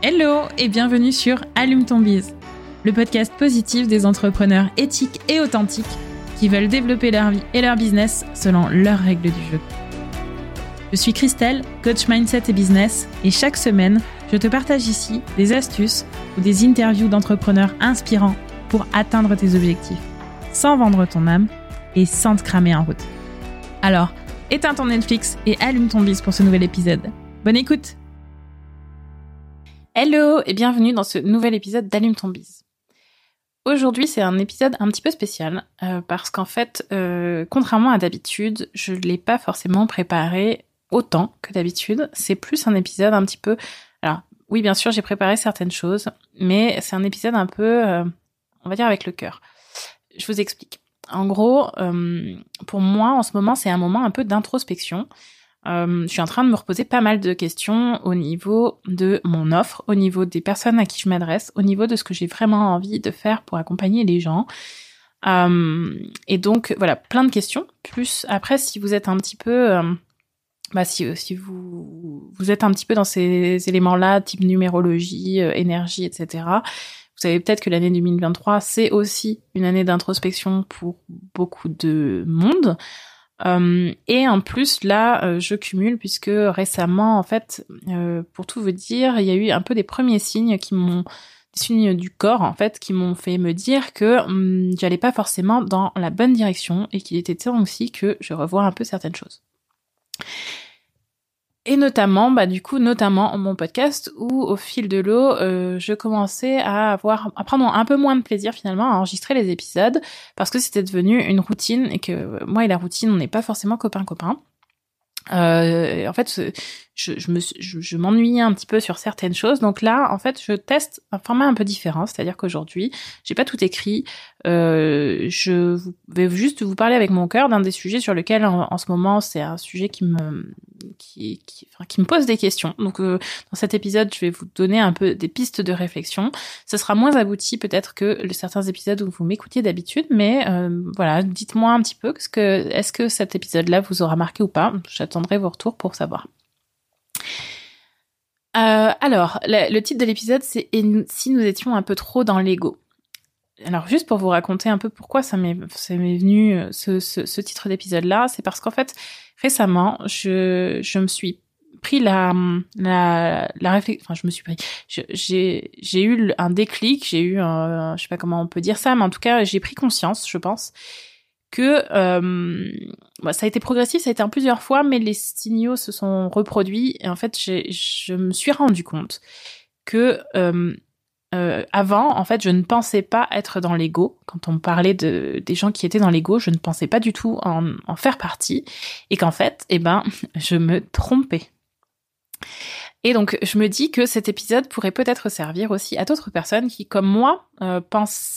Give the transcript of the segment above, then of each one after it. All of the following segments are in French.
Hello et bienvenue sur Allume ton biz, le podcast positif des entrepreneurs éthiques et authentiques qui veulent développer leur vie et leur business selon leurs règles du jeu. Je suis Christelle, coach mindset et business, et chaque semaine, je te partage ici des astuces ou des interviews d'entrepreneurs inspirants pour atteindre tes objectifs, sans vendre ton âme et sans te cramer en route. Alors, éteins ton Netflix et allume ton biz pour ce nouvel épisode. Bonne écoute! Hello et bienvenue dans ce nouvel épisode d'Allume ton biz. Aujourd'hui, c'est un épisode un petit peu spécial parce qu'en fait, contrairement à d'habitude, je ne l'ai pas forcément préparé autant que d'habitude. C'est plus un épisode un petit peu... Alors, oui, bien sûr, j'ai préparé certaines choses, mais c'est un épisode un peu, on va dire, avec le cœur. Je vous explique. En gros, pour moi, en ce moment, c'est un moment un peu d'introspection. Je suis en train de me reposer pas mal de questions au niveau de mon offre, au niveau des personnes à qui je m'adresse, au niveau de ce que j'ai vraiment envie de faire pour accompagner les gens. Et donc, voilà, plein de questions. Plus, après, si vous êtes un petit peu... si vous êtes un petit peu dans ces éléments-là, type numérologie, énergie, etc., vous savez peut-être que l'année 2023, c'est aussi une année d'introspection pour beaucoup de monde. Et en plus, là, je cumule puisque récemment, en fait, pour tout vous dire, il y a eu un peu des premiers signes des signes du corps, en fait, qui m'ont fait me dire que j'allais pas forcément dans la bonne direction et qu'il était temps aussi que je revoie un peu certaines choses. Et notamment mon podcast où au fil de l'eau, je commençais à prendre un peu moins de plaisir finalement à enregistrer les épisodes parce que c'était devenu une routine et que moi et la routine, on n'est pas forcément copains. En fait, je m'ennuyais un petit peu sur certaines choses. Donc là, en fait, je teste un format un peu différent. C'est-à-dire qu'aujourd'hui, j'ai pas tout écrit. Je vais juste vous parler avec mon cœur d'un des sujets sur lequel, en ce moment, c'est un sujet qui me pose des questions. Donc, dans cet épisode, je vais vous donner un peu des pistes de réflexion. Ce sera moins abouti peut-être que certains épisodes où vous m'écoutiez d'habitude, mais voilà, dites-moi un petit peu est-ce que cet épisode-là vous aura marqué ou pas. J'attendrai vos retours pour savoir. Alors, le titre de l'épisode, c'est « Et si nous étions un peu trop dans l'ego ?» Alors, juste pour vous raconter un peu pourquoi ça m'est venu ce titre d'épisode-là, c'est parce qu'en fait, récemment, je me suis pris la réflexion, enfin, je me suis pris, j'ai eu un déclic, j'ai eu je sais pas comment on peut dire ça, mais en tout cas, j'ai pris conscience, je pense, que ça a été progressif, ça a été en plusieurs fois, mais les signaux se sont reproduits et en fait, je me suis rendu compte que avant, en fait, je ne pensais pas être dans l'ego. Quand on me parlait des gens qui étaient dans l'ego, je ne pensais pas du tout en faire partie et qu'en fait, je me trompais. Et donc, je me dis que cet épisode pourrait peut-être servir aussi à d'autres personnes qui, comme moi, pensent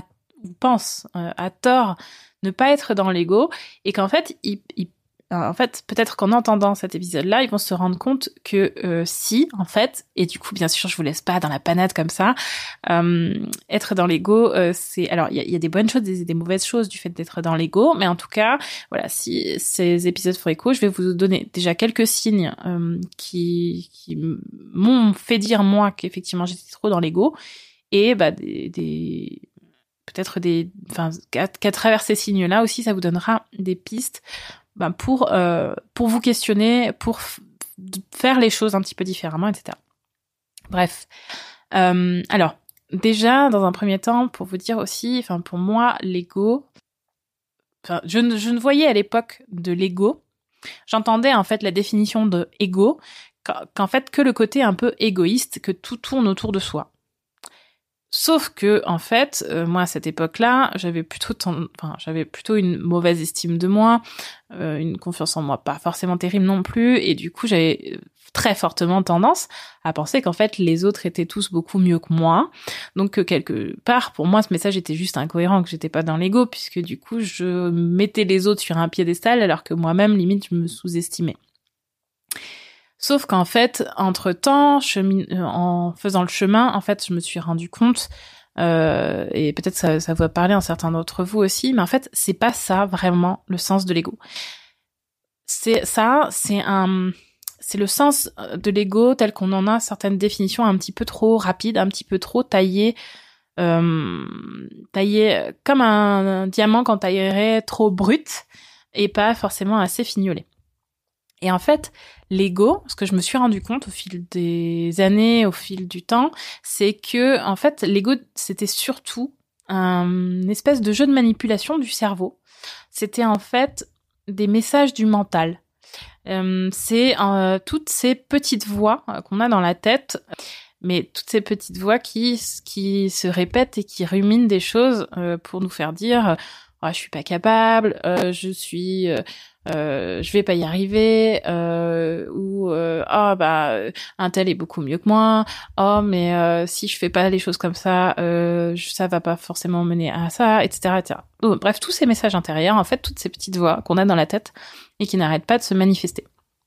à tort ne pas être dans l'ego et qu'en fait, peut-être qu'en entendant cet épisode-là, ils vont se rendre compte que si, en fait, et du coup, bien sûr, je vous laisse pas dans la panade comme ça, être dans l'ego, c'est... Alors, il y a des bonnes choses et des mauvaises choses du fait d'être dans l'ego, mais en tout cas, voilà, si ces épisodes font écho, je vais vous donner déjà quelques signes qui m'ont fait dire, moi, qu'effectivement, j'étais trop dans l'ego, et peut-être qu'à travers ces signes-là aussi, ça vous donnera des pistes pour vous questionner, pour faire les choses un petit peu différemment, etc. Bref. Alors, déjà, dans un premier temps, pour vous dire aussi, pour moi, l'ego... je ne voyais à l'époque de l'ego, j'entendais en fait la définition de ego, qu'en fait, que le côté un peu égoïste, que tout tourne autour de soi. Sauf que, en fait, moi, à cette époque-là, j'avais plutôt une mauvaise estime de moi, une confiance en moi pas forcément terrible non plus, et du coup, j'avais très fortement tendance à penser qu'en fait, les autres étaient tous beaucoup mieux que moi. Donc, quelque part, pour moi, ce message était juste incohérent, que j'étais pas dans l'ego, puisque du coup, je mettais les autres sur un piédestal, alors que moi-même, limite, je me sous-estimais. Sauf qu'en fait, entre-temps, en faisant le chemin, en fait, je me suis rendu compte, et peut-être ça va parler à un certain d'entre vous aussi, mais en fait, c'est pas ça vraiment le sens de l'ego. C'est c'est le sens de l'ego tel qu'on en a certaines définitions un petit peu trop rapides, un petit peu trop taillées, comme un diamant qu'on taillerait trop brut et pas forcément assez fignolé. Et en fait, l'ego, ce que je me suis rendu compte au fil des années, au fil du temps, c'est que en fait, l'ego, c'était surtout une espèce de jeu de manipulation du cerveau. C'était en fait des messages du mental. C'est toutes ces petites voix qu'on a dans la tête, mais toutes ces petites voix qui se répètent et qui ruminent des choses pour nous faire dire oh, je suis pas capable, je vais pas y arriver, un tel est beaucoup mieux que moi, mais si je fais pas les choses comme ça va pas forcément mener à ça, etc., etc. Donc, bref, tous ces messages intérieurs, en fait, toutes ces petites voix qu'on a dans la tête et qui n'arrêtent pas de se manifester.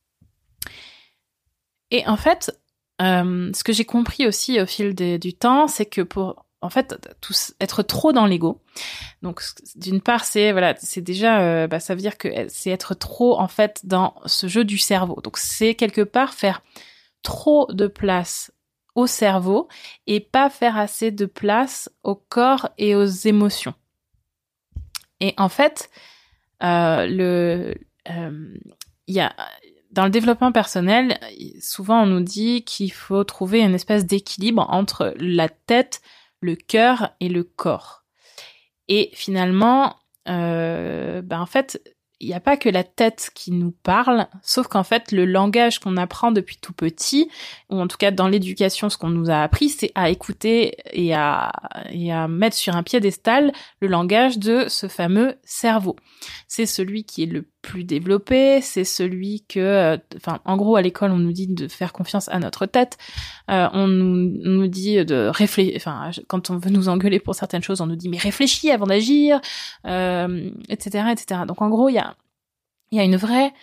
Et en fait, ce que j'ai compris aussi au fil du temps, c'est que pour en fait être trop dans l'ego. Donc d'une part c'est déjà ça veut dire que c'est être trop en fait dans ce jeu du cerveau. Donc c'est quelque part faire trop de place au cerveau et pas faire assez de place au corps et aux émotions. Et en fait il y a dans le développement personnel, souvent on nous dit qu'il faut trouver une espèce d'équilibre entre la tête, le cœur et le corps. Et finalement, en fait, il n'y a pas que la tête qui nous parle, sauf qu'en fait, le langage qu'on apprend depuis tout petit, ou en tout cas dans l'éducation, ce qu'on nous a appris, c'est à écouter et à mettre sur un piédestal le langage de ce fameux cerveau. C'est celui qui est le plus développé, c'est celui que, en gros, à l'école, on nous dit de faire confiance à notre tête, on nous dit de réfléchir, quand on veut nous engueuler pour certaines choses, on nous dit mais réfléchis avant d'agir, etc., etc. Donc en gros, il y a une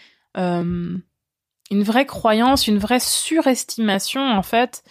vraie croyance, une vraie surestimation en fait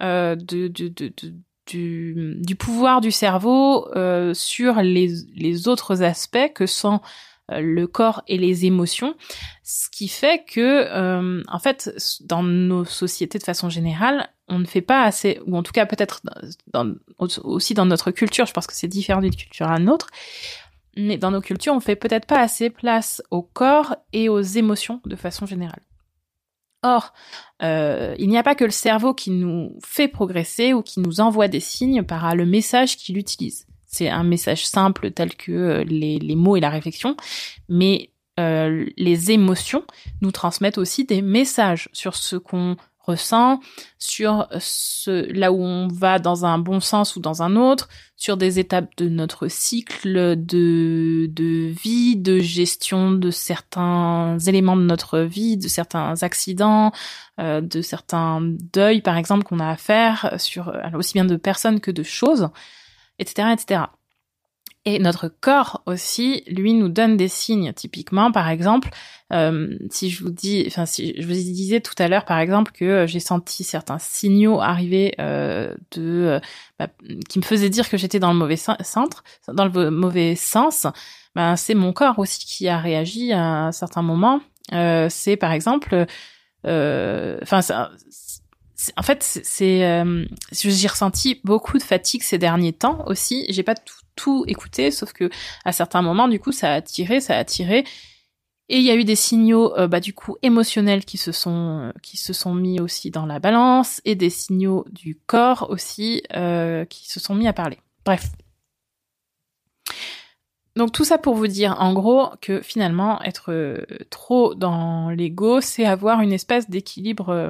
du pouvoir du cerveau sur les autres aspects que sont le corps et les émotions, ce qui fait que en fait dans nos sociétés de façon générale on ne fait pas assez, ou en tout cas peut-être aussi dans notre culture, je pense que c'est différent d'une culture à une autre, mais dans nos cultures on fait peut-être pas assez place au corps et aux émotions de façon générale. Or, il n'y a pas que le cerveau qui nous fait progresser ou qui nous envoie des signes par le message qu'il utilise. C'est un message simple tel que les mots et la réflexion, mais les émotions nous transmettent aussi des messages sur ce qu'on ressent, sur là où on va dans un bon sens ou dans un autre, sur des étapes de notre cycle de vie, de gestion de certains éléments de notre vie, de certains accidents, de certains deuils par exemple qu'on a à faire sur aussi bien de personnes que de choses, etc., etc. Et notre corps aussi, lui, nous donne des signes. Typiquement, par exemple, si je vous disais tout à l'heure, par exemple, que j'ai senti certains signaux arriver qui me faisaient dire que j'étais dans le mauvais sens, c'est mon corps aussi qui a réagi à un certain moment. C'est par exemple, j'ai ressenti beaucoup de fatigue ces derniers temps aussi. J'ai pas tout écouté, sauf que à certains moments, du coup, ça a tiré. Et il y a eu des signaux, du coup, émotionnels qui se sont mis aussi dans la balance, et des signaux du corps aussi qui se sont mis à parler. Bref. Donc tout ça pour vous dire, en gros, que finalement, être trop dans l'ego, c'est avoir une espèce d'équilibre,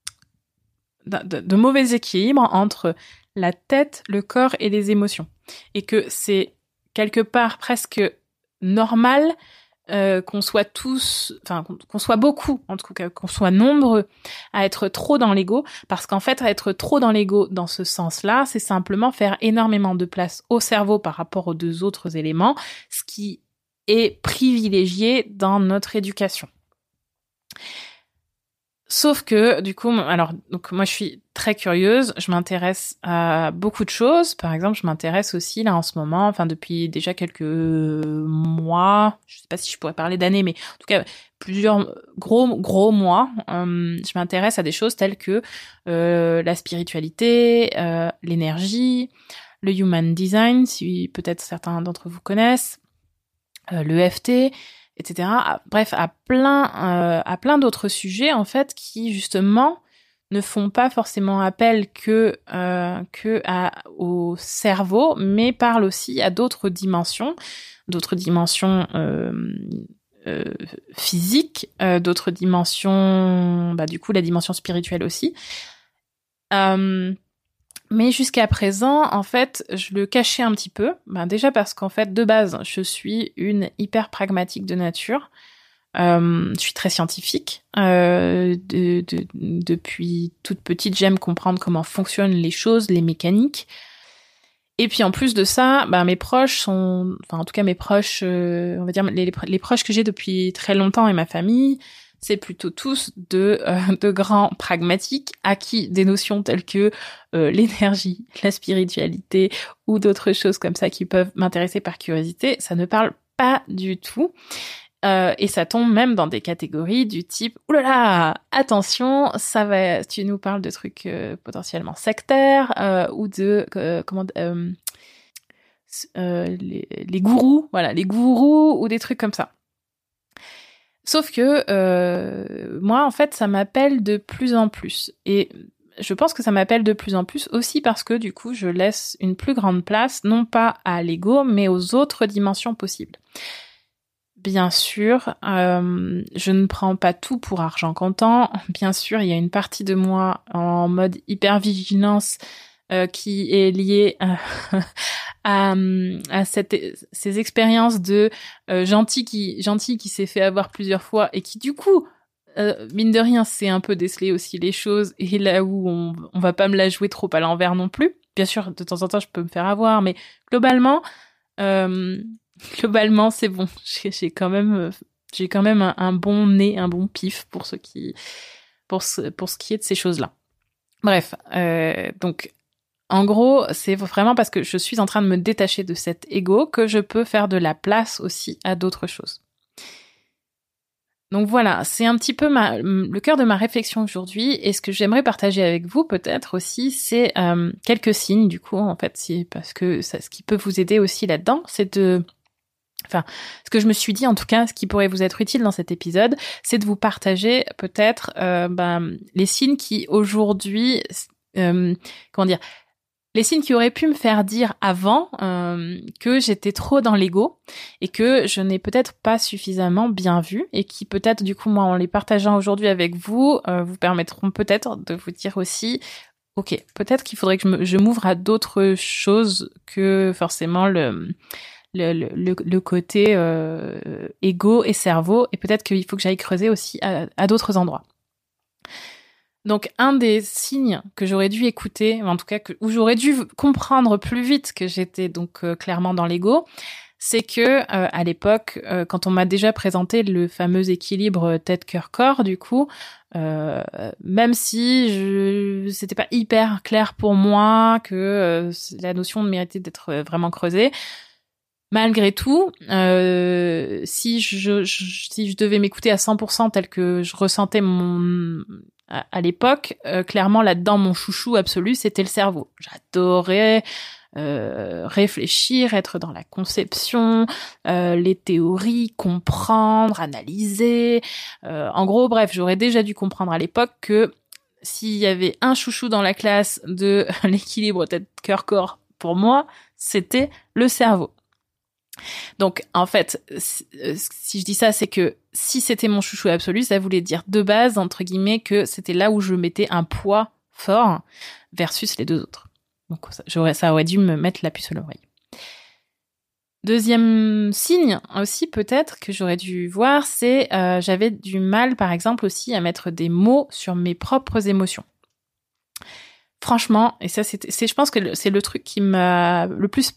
de mauvais équilibre entre la tête, le corps et les émotions. Et que c'est quelque part presque normal qu'on soit beaucoup, en tout cas qu'on soit nombreux à être trop dans l'ego, parce qu'en fait être trop dans l'ego dans ce sens-là, c'est simplement faire énormément de place au cerveau par rapport aux deux autres éléments, ce qui est privilégié dans notre éducation. Sauf que, du coup, alors, donc moi, je suis très curieuse. Je m'intéresse à beaucoup de choses. Par exemple, je m'intéresse aussi, là, en ce moment, enfin, depuis déjà quelques mois. Je sais pas si je pourrais parler d'années, mais en tout cas, plusieurs gros mois. Je m'intéresse à des choses telles que la spiritualité, l'énergie, le human design, si peut-être certains d'entre vous connaissent, l'EFT, etc. Bref, à plein d'autres sujets en fait qui justement ne font pas forcément appel au cerveau, mais parlent aussi à d'autres dimensions physiques, d'autres dimensions, du coup la dimension spirituelle aussi. Mais jusqu'à présent, en fait, je le cachais un petit peu. Déjà parce qu'en fait, de base, je suis une hyper pragmatique de nature. Je suis très scientifique. Depuis toute petite, j'aime comprendre comment fonctionnent les choses, les mécaniques. Et puis en plus de ça, mes proches sont, enfin en tout cas mes proches, on va dire les proches que j'ai depuis très longtemps et ma famille, c'est plutôt tous de grands pragmatiques, acquis des notions telles que l'énergie, la spiritualité ou d'autres choses comme ça qui peuvent m'intéresser par curiosité. Ça ne parle pas du tout. Et ça tombe même dans des catégories du type « Oulala, attention, ça va, tu nous parles de trucs potentiellement sectaires ou de les gourous, voilà, les gourous ou des trucs comme ça. » Sauf que moi, en fait, ça m'appelle de plus en plus. Et je pense que ça m'appelle de plus en plus aussi parce que du coup, je laisse une plus grande place, non pas à l'ego, mais aux autres dimensions possibles. Bien sûr, je ne prends pas tout pour argent comptant. Bien sûr, il y a une partie de moi en mode hypervigilance qui est liée à ces expériences de gentil qui s'est fait avoir plusieurs fois et qui du coup, mine de rien, sait un peu déceler aussi les choses et là où on va pas me la jouer trop à l'envers non plus. Bien sûr, de temps en temps, je peux me faire avoir, mais globalement, c'est bon. J'ai quand même un bon nez, un bon pif pour ce qui est de ces choses-là. Bref, donc en gros, c'est vraiment parce que je suis en train de me détacher de cet ego que je peux faire de la place aussi à d'autres choses. Donc voilà, c'est un petit peu le cœur de ma réflexion aujourd'hui, et ce que j'aimerais partager avec vous peut-être aussi, c'est quelques signes du coup, en fait, parce que ce qui peut vous aider aussi là-dedans, c'est ce que je me suis dit, en tout cas, ce qui pourrait vous être utile dans cet épisode, c'est de vous partager peut-être les signes qui aujourd'hui, les signes qui auraient pu me faire dire avant que j'étais trop dans l'ego et que je n'ai peut-être pas suffisamment bien vu et qui peut-être, du coup, moi, en les partageant aujourd'hui avec vous, vous permettront peut-être de vous dire aussi ok, peut-être qu'il faudrait que je m'ouvre à d'autres choses que forcément le côté ego et cerveau, et peut-être qu'il faut que j'aille creuser aussi à d'autres endroits. Donc un des signes que j'aurais dû écouter, en tout cas où j'aurais dû comprendre plus vite que j'étais donc clairement dans l'ego, c'est que à l'époque, quand on m'a déjà présenté le fameux équilibre tête-cœur-corps, du coup, même si c'était pas hyper clair pour moi que la notion méritait d'être vraiment creusée, malgré tout, si je devais m'écouter à 100% tel que je ressentais à l'époque, clairement là-dedans mon chouchou absolu c'était le cerveau. J'adorais réfléchir, être dans la conception, les théories, comprendre, analyser. En gros, bref, j'aurais déjà dû comprendre à l'époque que s'il y avait un chouchou dans la classe de l'équilibre tête-cœur-corps, pour moi, c'était le cerveau. Donc, en fait, si je dis ça, c'est que si c'était mon chouchou absolu, ça voulait dire de base, entre guillemets, que c'était là où je mettais un poids fort versus les deux autres. Donc, ça aurait dû me mettre la puce à l'oreille. Deuxième signe aussi, peut-être, que j'aurais dû voir, c'est j'avais du mal, par exemple, aussi à mettre des mots sur mes propres émotions. Franchement, et ça, je pense que c'est le truc qui m'a le plus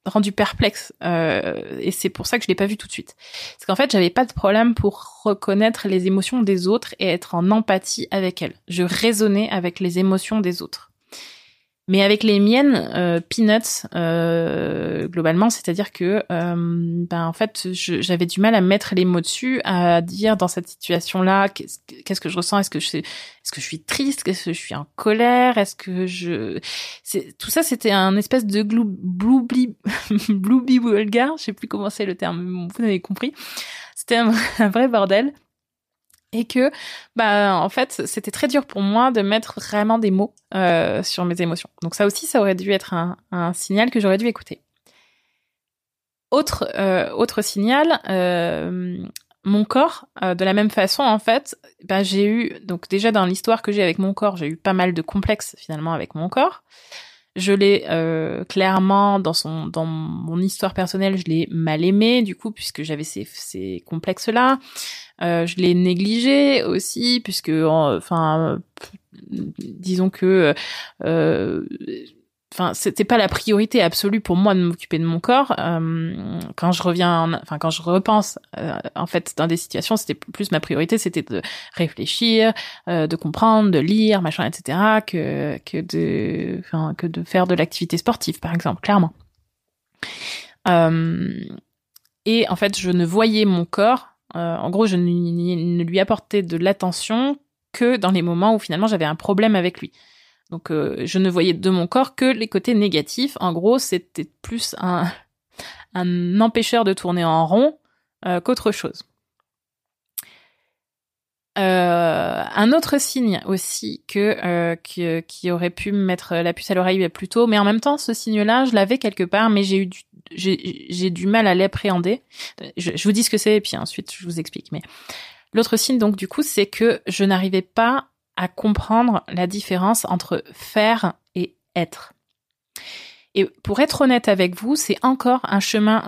rendu perplexe et c'est pour ça que je l'ai pas vu tout de suite. Parce qu'en fait, j'avais pas de problème pour reconnaître les émotions des autres et être en empathie avec elles. Je raisonnais avec les émotions des autres. Mais avec les miennes, peanuts, globalement, c'est-à-dire que, en fait, j'avais du mal à mettre les mots dessus, à dire dans cette situation-là, qu'est-ce que je ressens, est-ce que je suis triste, est-ce que je suis en colère, tout ça, c'était un espèce de bloobly vulgaire, je sais plus comment c'est le terme, vous avez compris. C'était un vrai bordel. Et que, en fait, c'était très dur pour moi de mettre vraiment des mots sur mes émotions. Donc ça aussi, ça aurait dû être un signal que j'aurais dû écouter. Autre signal, mon corps, de la même façon, en fait, j'ai eu, donc déjà dans l'histoire que j'ai avec mon corps, j'ai eu pas mal de complexes finalement avec mon corps. Je l'ai clairement dans mon histoire personnelle, je l'ai mal aimé du coup puisque j'avais ces complexes-là. Je l'ai négligé aussi puisque disons que c'était pas la priorité absolue pour moi de m'occuper de mon corps. Quand je repense en fait dans des situations, c'était plus ma priorité, c'était de réfléchir, de comprendre, de lire, machin, etc. que de faire de l'activité sportive, par exemple, clairement. Et en fait, je ne voyais mon corps. En gros, je ne lui apportais de l'attention que dans les moments où finalement j'avais un problème avec lui. Donc, je ne voyais de mon corps que les côtés négatifs. En gros, c'était plus un empêcheur de tourner en rond qu'autre chose. Un autre signe aussi qui aurait pu me mettre la puce à l'oreille plus tôt, mais en même temps, ce signe-là, je l'avais quelque part, mais j'ai du mal à l'appréhender. Je vous dis ce que c'est, et puis ensuite, je vous explique. Mais l'autre signe, donc, du coup, c'est que je n'arrivais pas à comprendre la différence entre faire et être. Et pour être honnête avec vous, c'est encore un chemin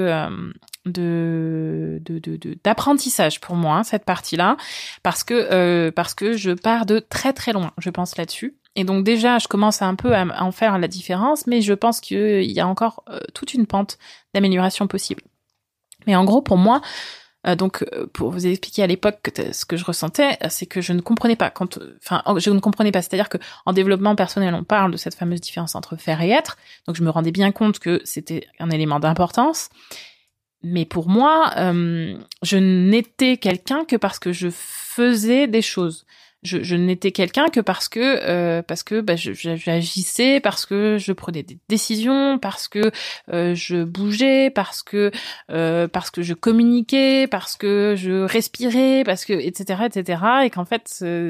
d'apprentissage pour moi, hein, cette partie-là, parce que je pars de très très loin, je pense là-dessus. Et donc déjà, je commence un peu à en faire la différence, mais je pense qu'il y a encore toute une pente d'amélioration possible. Mais en gros, pour moi, pour vous expliquer à l'époque ce que je ressentais, c'est que je ne comprenais pas c'est-à-dire que en développement personnel, on parle de cette fameuse différence entre faire et être. Donc je me rendais bien compte que c'était un élément d'importance. Mais pour moi, je n'étais quelqu'un que parce que je faisais des choses. Je n'étais quelqu'un que parce que j'agissais, parce que je prenais des décisions, parce que je bougeais, parce que je communiquais, parce que je respirais, parce que etc. Et qu'en fait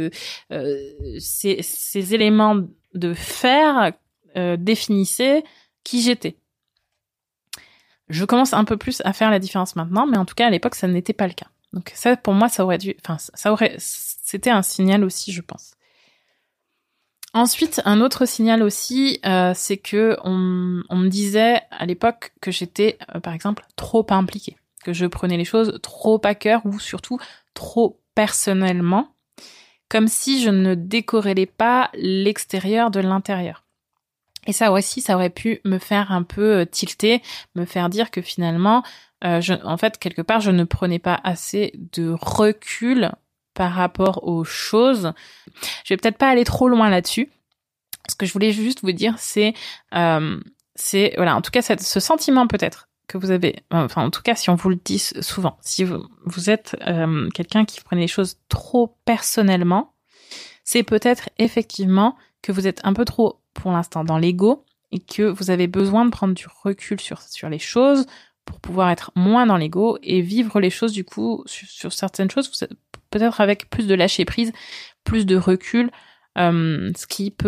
ces éléments de faire définissaient qui j'étais. Je commence un peu plus à faire la différence maintenant, mais en tout cas à l'époque ça n'était pas le cas. Donc ça, pour moi, c'était un signal aussi, je pense. Ensuite, un autre signal aussi, c'est que on me disait à l'époque que j'étais, par exemple, trop impliquée, que je prenais les choses trop à cœur ou surtout trop personnellement, comme si je ne décorrélais pas l'extérieur de l'intérieur. Et ça aussi, ça aurait pu me faire un peu tilter, me faire dire que finalement, en fait, quelque part, je ne prenais pas assez de recul par rapport aux choses. Je vais peut-être pas aller trop loin là-dessus. Ce que je voulais juste vous dire, c'est voilà, en tout cas, ce sentiment peut-être que vous avez, en tout cas, si on vous le dit souvent, si vous êtes quelqu'un qui prenait les choses trop personnellement, c'est peut-être effectivement que vous êtes un peu trop, pour l'instant, dans l'ego et que vous avez besoin de prendre du recul sur les choses pour pouvoir être moins dans l'ego et vivre les choses, du coup, sur certaines choses, peut-être avec plus de lâcher prise, plus de recul, ce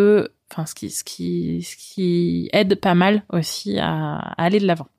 qui aide pas mal aussi à aller de l'avant.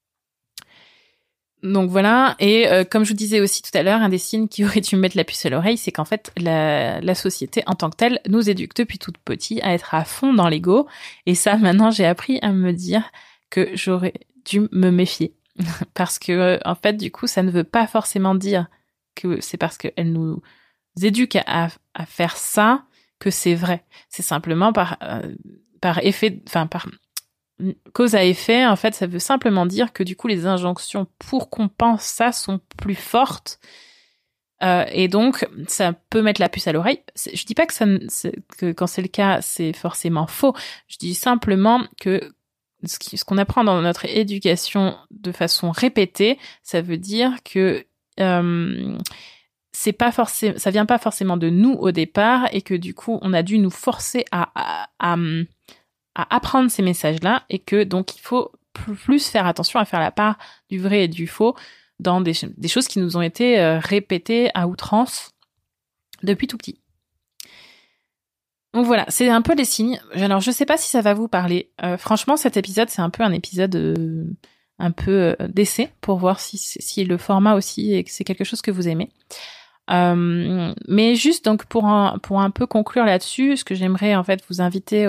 Donc voilà, et comme je vous disais aussi tout à l'heure, un des signes qui aurait dû me mettre la puce à l'oreille, c'est qu'en fait, la société en tant que telle nous éduque depuis tout petit à être à fond dans l'ego, et ça, maintenant, j'ai appris à me dire que j'aurais dû me méfier. Parce que, en fait, du coup, ça ne veut pas forcément dire que c'est parce qu'elle nous éduque à faire ça que c'est vrai. C'est simplement par effet, cause à effet, en fait, ça veut simplement dire que du coup, les injonctions pour qu'on pense ça sont plus fortes. Et donc, ça peut mettre la puce à l'oreille. Je dis pas que quand c'est le cas, c'est forcément faux. Je dis simplement que ce qu'on apprend dans notre éducation de façon répétée, ça veut dire que c'est pas forcément, ça vient pas forcément de nous au départ, et que du coup, on a dû nous forcer à apprendre ces messages-là, et que donc il faut plus faire attention à faire la part du vrai et du faux dans des choses qui nous ont été répétées à outrance depuis tout petit. Donc voilà, c'est un peu les signes. Alors je sais pas si ça va vous parler. Franchement, cet épisode, c'est un peu un épisode un peu d'essai pour voir si le format aussi et que c'est quelque chose que vous aimez. Mais juste donc pour un peu conclure là-dessus, ce que j'aimerais en fait vous inviter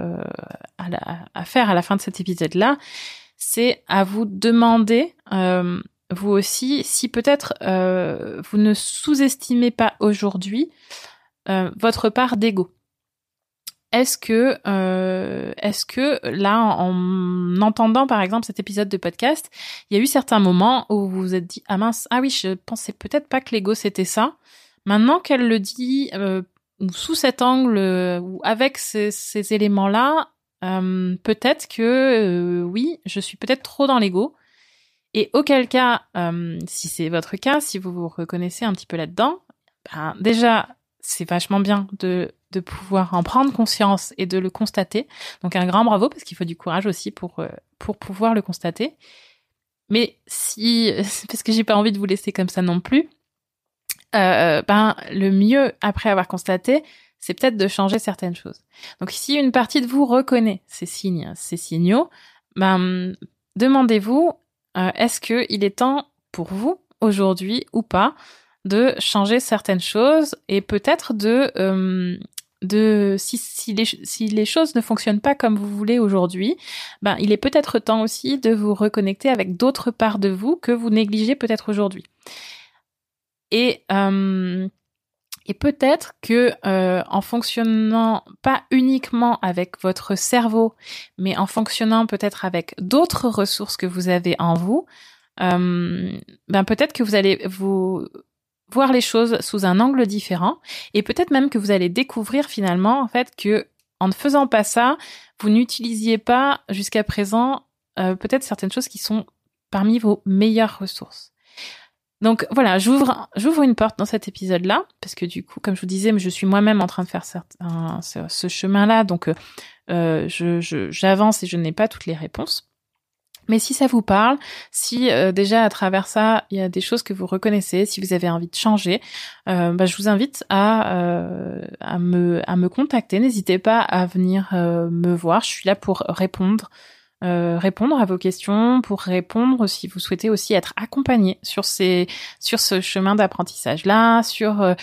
à faire à la fin de cet épisode-là, c'est à vous demander vous aussi si peut-être vous ne sous-estimez pas aujourd'hui votre part d'ego. Est-ce que là, en entendant par exemple cet épisode de podcast, il y a eu certains moments où vous vous êtes dit ah mince, ah oui, je pensais peut-être pas que l'ego c'était ça. Maintenant qu'elle le dit, ou sous cet angle, ou avec ces éléments-là, peut-être que oui, je suis peut-être trop dans l'ego. Et auquel cas, si c'est votre cas, si vous vous reconnaissez un petit peu là-dedans, ben déjà c'est vachement bien de pouvoir en prendre conscience et de le constater. Donc un grand bravo, parce qu'il faut du courage aussi pour pouvoir le constater. Mais parce que j'ai pas envie de vous laisser comme ça non plus, le mieux après avoir constaté, c'est peut-être de changer certaines choses. Donc si une partie de vous reconnaît ces signes, ces signaux, demandez-vous, est-ce que il est temps pour vous aujourd'hui ou pas de changer certaines choses, et peut-être si les choses ne fonctionnent pas comme vous voulez aujourd'hui, il est peut-être temps aussi de vous reconnecter avec d'autres parts de vous que vous négligez peut-être aujourd'hui. Et peut-être que en fonctionnant pas uniquement avec votre cerveau, mais en fonctionnant peut-être avec d'autres ressources que vous avez en vous, peut-être que vous allez vous voir les choses sous un angle différent, et peut-être même que vous allez découvrir finalement en fait que en ne faisant pas ça, vous n'utilisiez pas jusqu'à présent peut-être certaines choses qui sont parmi vos meilleures ressources. Donc voilà, j'ouvre une porte dans cet épisode-là, parce que du coup, comme je vous disais, je suis moi-même en train de faire ce chemin-là, donc j'avance et je n'ai pas toutes les réponses. Mais si ça vous parle, si déjà à travers ça, il y a des choses que vous reconnaissez, si vous avez envie de changer, je vous invite à me contacter. N'hésitez pas à venir me voir. Je suis là pour répondre à vos questions, pour répondre si vous souhaitez aussi être accompagné sur ce chemin d'apprentissage là, sur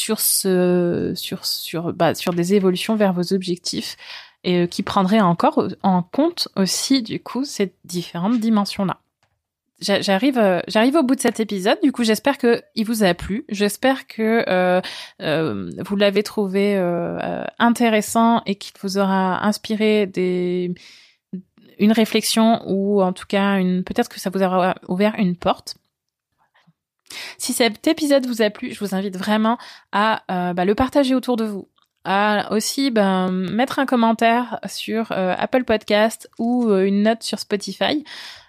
des évolutions vers vos objectifs, et qui prendraient encore en compte aussi du coup ces différentes dimensions là. J'arrive au bout de cet épisode. Du coup, j'espère que il vous a plu. J'espère que vous l'avez trouvé intéressant et qu'il vous aura inspiré une réflexion, ou en tout cas peut-être que ça vous aura ouvert une porte. Si cet épisode vous a plu, je vous invite vraiment à le partager autour de vous, à aussi mettre un commentaire sur Apple Podcast ou une note sur Spotify,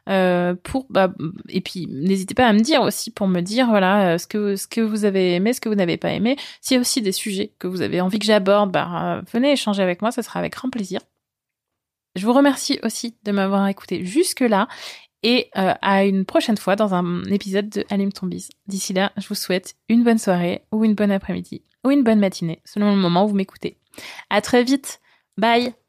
et puis n'hésitez pas à me dire aussi, pour me dire voilà ce que vous avez aimé, ce que vous n'avez pas aimé. S'il y a aussi des sujets que vous avez envie que j'aborde, venez échanger avec moi, ça sera avec grand plaisir. Je vous remercie aussi de m'avoir écouté jusque-là, et à une prochaine fois dans un épisode de Allume ton bise. D'ici là, je vous souhaite une bonne soirée, ou une bonne après-midi, ou une bonne matinée, selon le moment où vous m'écoutez. À très vite. Bye!